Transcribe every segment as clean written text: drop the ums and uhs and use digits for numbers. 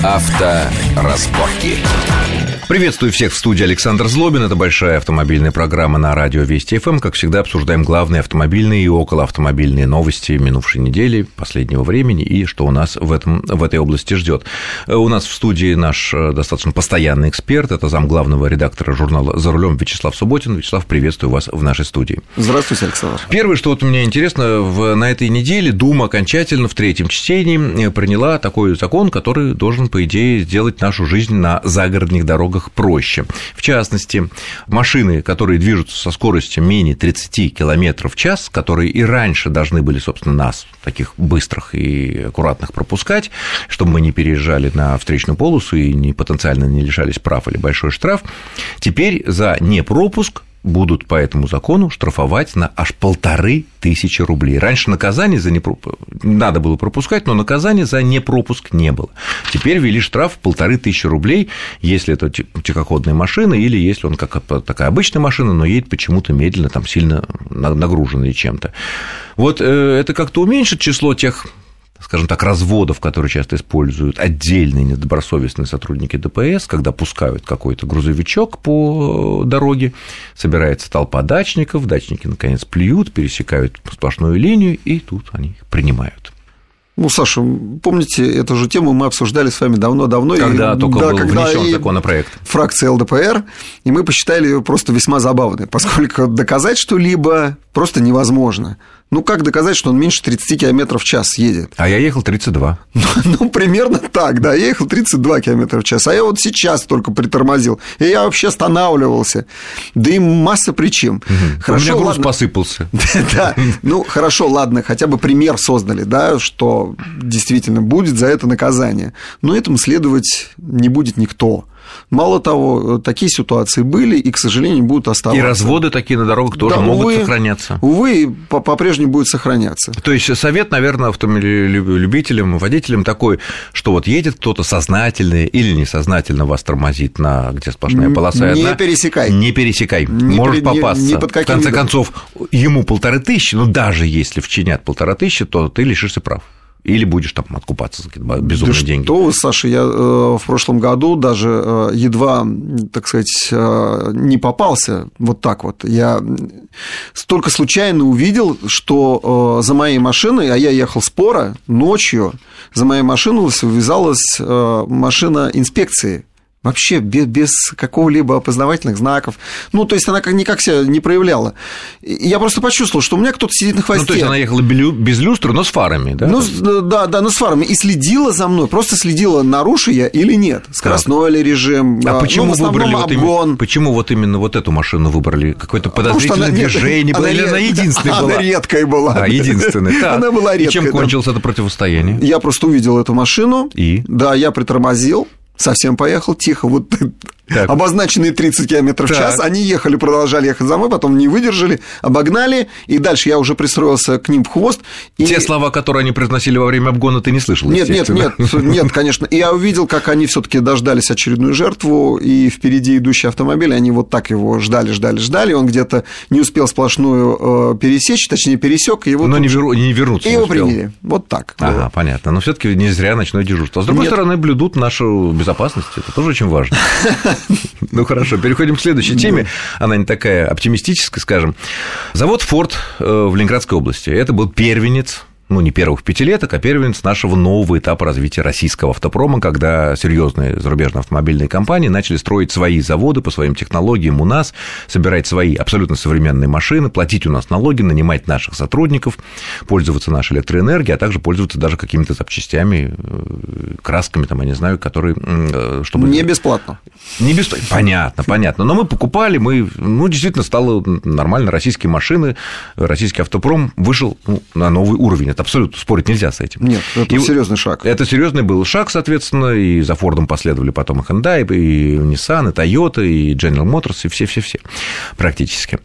Авторазборки. Приветствую всех в студии. Александр Злобин. Это большая автомобильная программа на радио Вести ФМ. Как всегда, обсуждаем главные автомобильные и околоавтомобильные новости минувшей недели, последнего времени и что у нас в этой области ждет. У нас в студии наш достаточно постоянный эксперт. Это замглавного редактора журнала «За рулем» Вячеслав Субботин. Вячеслав, приветствую вас в нашей студии. Здравствуйте, Александр. Первое, что вот мне интересно, на этой неделе Дума окончательно в третьем чтении приняла такой закон, который должен, по идее, сделать нашу жизнь на загородных дорогах проще. В частности, машины, которые движутся со скоростью менее 30 км в час, которые и раньше должны были, собственно, нас, таких быстрых и аккуратных, пропускать, чтобы мы не переезжали на встречную полосу и потенциально не лишались прав или большой штраф, теперь за непропуск будут по этому закону штрафовать на аж 1500 рублей. Раньше наказание за непропуск надо было пропускать, но наказания за непропуск не было. Теперь ввели штраф 1500 рублей, если это тихоходная машина или если он как такая обычная машина, но едет почему-то медленно, там сильно нагруженный чем-то. Вот это как-то уменьшит число тех, скажем так, разводов, которые часто используют отдельные недобросовестные сотрудники ДПС, когда пускают какой-то грузовичок по дороге, собирается толпа дачников, дачники, наконец, плюют, пересекают сплошную линию, и тут они их принимают. Ну, Саша, помните, эту же тему мы обсуждали с вами давно-давно. Когда только был внесен законопроект. Фракция ЛДПР, и мы посчитали ее просто весьма забавной, поскольку доказать что-либо просто невозможно. Ну, как доказать, что он меньше 30 км в час едет? А я ехал 32. Ну, примерно так, да, я ехал 32 км в час, а я вот сейчас только притормозил, и я вообще останавливался, да и масса причин. Хорошо, у меня груз посыпался. Да, ну, хорошо, ладно, хотя бы пример создали, да, что действительно будет за это наказание, но этому следовать не будет никто. Мало того, такие ситуации были и, к сожалению, будут оставаться. И разводы такие на дорогах тоже могут сохраняться. Увы, по-прежнему будет сохраняться. То есть совет, наверное, автомобилелюбителям, водителям такой, что вот едет кто-то сознательно или несознательно вас тормозит на где сплошная полоса. Не пересекай. Не пересекай. Может попасться. В конце концов, ему 1500, но даже если вчинят 1500, то ты лишишься прав. Или будешь там откупаться за какие-то безумные деньги. Что вы, Саша, я в прошлом году даже едва, так сказать, не попался вот так вот. Я столько случайно увидел, что за моей машиной, а я ехал споро, ночью, за моей машиной связалась машина инспекции. Вообще без какого-либо опознавательных знаков. Ну, то есть, она никак себя не проявляла. И я просто почувствовал, что у меня кто-то сидит на хвосте. Ну, то есть, она ехала без люстры, но с фарами, да? Ну, да, но с фарами. И следила за мной, просто следила, нарушу я или нет. Скоростной ли режим. А почему выбрали обгон? Почему вот именно вот эту машину выбрали? Какое-то подозрительное движение было? Или она единственная была? Она редкая была. А, единственная. Она была редкая. И чем кончилось это противостояние? Я просто увидел эту машину. И? Да, я притормозил. Совсем поехал тихо, вот так. Обозначенные 30 км в час, они ехали, продолжали ехать за мной, потом не выдержали, обогнали, и дальше я уже пристроился к ним в хвост. И... Те слова, которые они произносили во время обгона, ты не слышал? Нет, конечно. И я увидел, как они все-таки дождались очередную жертву, и впереди идущий автомобиль, они вот так его ждали, он где-то не успел сплошную пересечь, точнее, пересек, и его... Но не вернуться. И его приняли. Вот так. Ага, понятно. Но все-таки не зря ночное дежурство. А с другой стороны, блюдут нашу безопасность, это тоже очень важно. Ну, хорошо, переходим к следующей теме. Она не такая оптимистическая, скажем. Завод Ford в Ленинградской области. Это был первенец, ну, не первых пятилеток, а первенец нашего нового этапа развития российского автопрома, когда серьезные зарубежные автомобильные компании начали строить свои заводы по своим технологиям у нас, собирать свои абсолютно современные машины, платить у нас налоги, нанимать наших сотрудников, пользоваться нашей электроэнергией, а также пользоваться даже какими-то запчастями, красками, там, я не знаю, которые... Чтобы... Не бесплатно. Не бесплатно, понятно. Но мы покупали, действительно, стало нормально, российские машины, российский автопром вышел на новый уровень. Это абсолютно спорить нельзя с этим. Нет, это серьезный шаг. Это серьезный был шаг, соответственно, и за Фордом последовали потом и Hyundai, и Nissan, и Toyota, и General Motors, и все практически.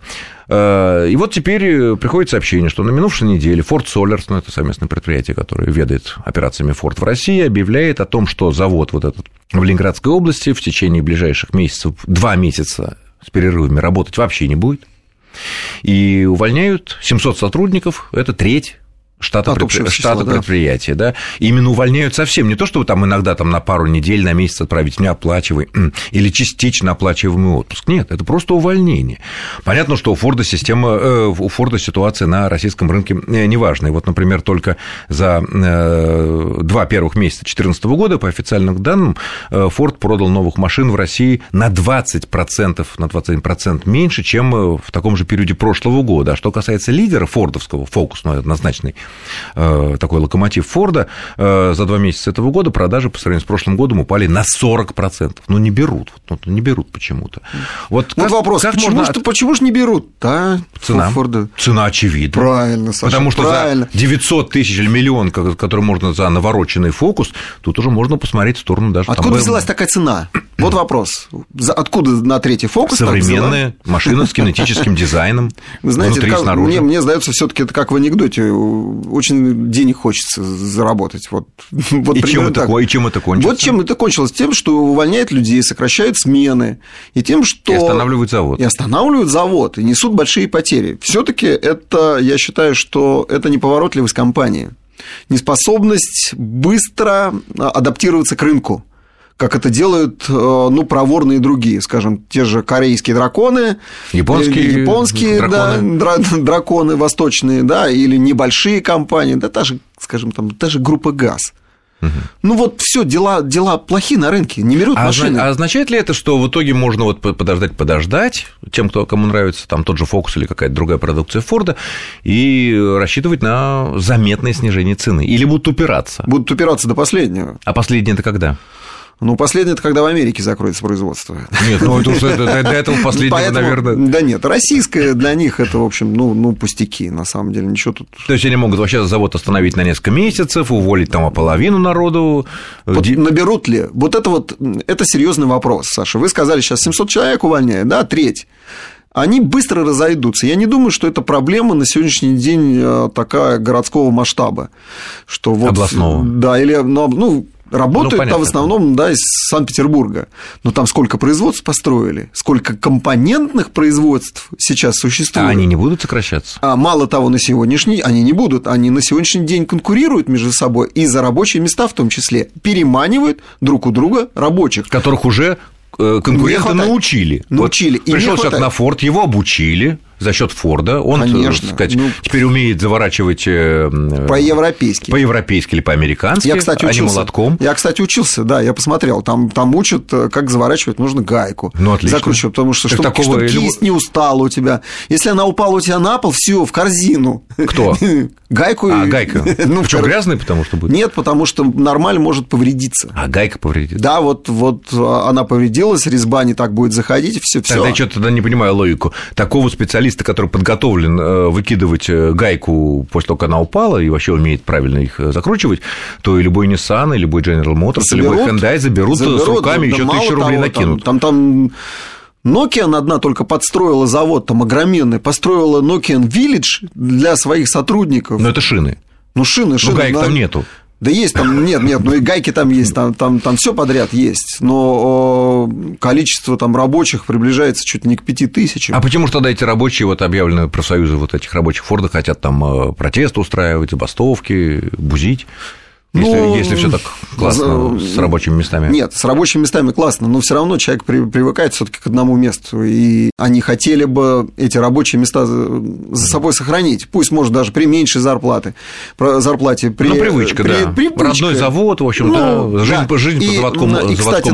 И вот теперь приходит сообщение, что на минувшей неделе Ford Solars, это совместное предприятие, которое ведает операциями Ford в России, объявляет о том, что завод вот этот в Ленинградской области в течение ближайших месяцев, 2 месяца с перерывами работать вообще не будет. И увольняют 700 сотрудников, это треть штата предприятия, да, именно увольняют совсем, не то, что вы там иногда там на пару недель, на месяц отправить неоплачиваемый или частично оплачиваемый отпуск. Нет, это просто увольнение. Понятно, что у Форда ситуация на российском рынке неважная. Вот, например, только за 2 первых месяца 2014 года, по официальным данным, Форд продал новых машин в России на 20%, на 21% меньше, чем в таком же периоде прошлого года. А что касается лидера фордовского, Фокус, однозначный такой локомотив Форда, за 2 месяца этого года продажи по сравнению с прошлым годом упали на 40%. Ну, не берут. Не берут почему-то. Вот вопрос, почему же не берут? Да, Цена очевидна. Правильно, Саша, потому что за 900 тысяч или миллион, который можно за навороченный Фокус, тут уже можно посмотреть в сторону даже... Откуда взялась такая цена? Вот вопрос. Откуда на третий Фокус? Современная машина с кинетическим дизайном. Вы знаете, мне сдается, все-таки это как в анекдоте. Очень денег хочется заработать. И чем это кончилось? Вот чем это кончилось. Тем, что увольняют людей, сокращают смены. И тем, что... И останавливают завод. И несут большие потери. Все-таки это, я считаю, что это неповоротливость компании. Неспособность быстро адаптироваться к рынку, как это делают, проворные другие, скажем, те же корейские драконы, японские драконы восточные, да, или небольшие компании, да, та же группа ГАЗ. Угу. Все, дела плохи на рынке, не берут машины. А означает ли это, что в итоге можно подождать тем, кому нравится там тот же Фокус или какая-то другая продукция Форда, и рассчитывать на заметное снижение цены? Или будут упираться? Будут упираться до последнего. А последнее это когда? Последнее – это когда в Америке закроется производство. Нет, это уже до этого последнего, наверное… Да нет, российское для них – это, в общем, пустяки, на самом деле, ничего тут… То есть, они могут вообще завод остановить на несколько месяцев, уволить там половину народу… Наберут ли? Это серьезный вопрос, Саша. Вы сказали, сейчас 700 человек увольняют, да, треть. Они быстро разойдутся. Я не думаю, что это проблема на сегодняшний день такая городского масштаба. Областного. Да, или… Работают там в основном, да, из Санкт-Петербурга. Но там сколько производств построили, сколько компонентных производств сейчас существует. А они не будут сокращаться? А мало того, они не будут. Они на сегодняшний день конкурируют между собой и за рабочие места в том числе. Переманивают друг у друга рабочих. Которых уже конкуренты научили. Пришел человек на Форд, его обучили. За счет Форда он, так сказать, теперь умеет заворачивать по-европейски или по-американски, а не молотком. Я, кстати, учился, да, я посмотрел. Там учат, как заворачивать нужно гайку. Отлично. Закручивать, потому что чтобы кисть не устала у тебя. Если она упала у тебя на пол, все в корзину. Кто? Гайку. Гайка. Причем грязная, потому что будет? Нет, потому что нормаль может повредиться. А гайка повредится? Да, вот она повредилась, резьба не так будет заходить, и все. Тогда я что-то не понимаю логику. Такого специалиста, который подготовлен выкидывать гайку после того, как она упала, и вообще умеет правильно их закручивать, то и любой Nissan, и любой General Motors, и любой Hyundai заберут с руками, еще 1000 рублей накинут. Там Nokia одна только подстроила завод, там огроменный, построила Nokian Village для своих сотрудников. Но это шины. Шины. Но гаек там нету. Да есть там, нет, и гайки там есть, там все подряд есть, но количество там рабочих приближается чуть не к 5000. А почему же тогда эти рабочие, объявленные профсоюзы этих рабочих Форда, хотят там протесты устраивать, забастовки, бузить? Если все так классно с рабочими местами. Нет, с рабочими местами классно, но все равно человек привыкает все-таки к одному месту, и они хотели бы эти рабочие места за собой сохранить, пусть, может, даже при меньшей зарплате. Привычка, да. Родной завод, в общем-то, жизнь по заводскому И, кстати,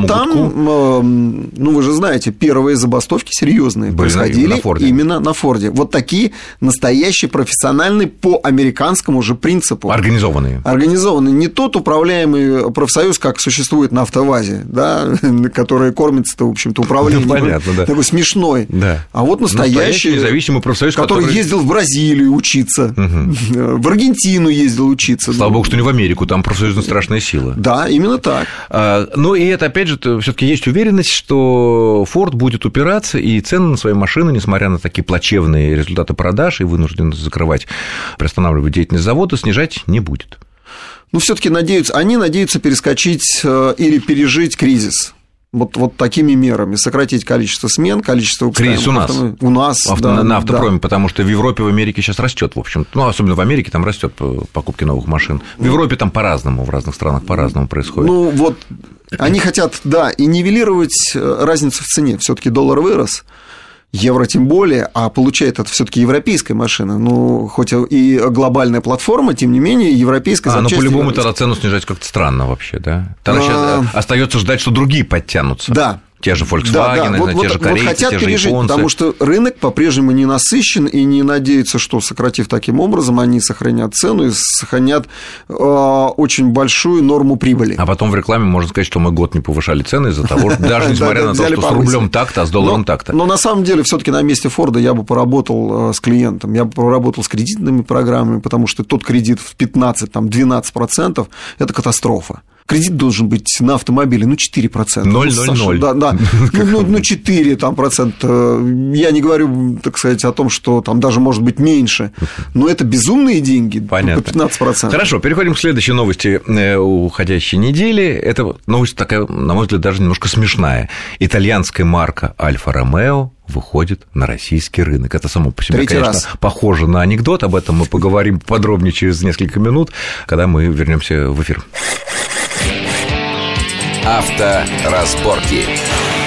там, вы же знаете, первые забастовки серьезные происходили именно на Форде. Вот такие настоящие профессиональные по американскому же принципу. Организованные. Не тот управляемый профсоюз, как существует на АвтоВАЗе, да, который кормится-то, в общем-то, управлением. Понятно, да. Такой смешной. Да. А вот настоящий независимый профсоюз, который ездил в Бразилию учиться, в Аргентину ездил учиться. Слава богу, что не в Америку, там профсоюзная страшная сила. Да, именно так. И это, опять же, все-таки есть уверенность, что Форд будет упираться, и цены на свои машины, несмотря на такие плачевные результаты продаж, и вынужден закрывать, приостанавливать деятельность завода, снижать не будет. Все-таки они надеются перескочить или пережить кризис. Вот такими мерами. Сократить количество смен, количество выпускаемых. Кризис у нас. На автопроме, да. Потому что в Европе, в Америке сейчас растет, в общем. Ну, особенно в Америке там растет покупки новых машин. В Европе там по-разному, в разных странах по-разному происходит. Ну, вот они хотят, да, и нивелировать разницу в цене. Все-таки доллар вырос. Евро тем более, а получает это все-таки европейская машина. Ну, хоть и глобальная платформа, тем не менее, европейская запчасти. Но по-любому тогда цену снижать как-то странно вообще, да? Тогда сейчас остается ждать, что другие подтянутся. Да. Те же Volkswagen, те же корейцы, хотят те же пережить, японцы. Потому что рынок по-прежнему не насыщен, и не надеются, что, сократив таким образом, они сохранят цену и сохранят очень большую норму прибыли. А потом в рекламе можно сказать, что мы год не повышали цены из-за того, что даже несмотря на то, что с рублем так-то, а с долларом так-то. Но на самом деле все-таки на месте Форда я бы поработал с клиентом, я бы поработал с кредитными программами, потому что тот кредит в 15-12% – это катастрофа. Кредит должен быть на автомобиле, 4%. 0,00. Да. 4 там, процента. Я не говорю, так сказать, о том, что там даже может быть меньше. Но это безумные деньги. Понятно. По 15%. Хорошо, переходим к следующей новости уходящей недели. Это новость такая, на мой взгляд, даже немножко смешная. Итальянская марка Альфа-Ромео выходит на российский рынок. Это само по себе, конечно, похоже на анекдот. Об этом мы поговорим подробнее через несколько минут, когда мы вернемся в эфир. Авторазборки.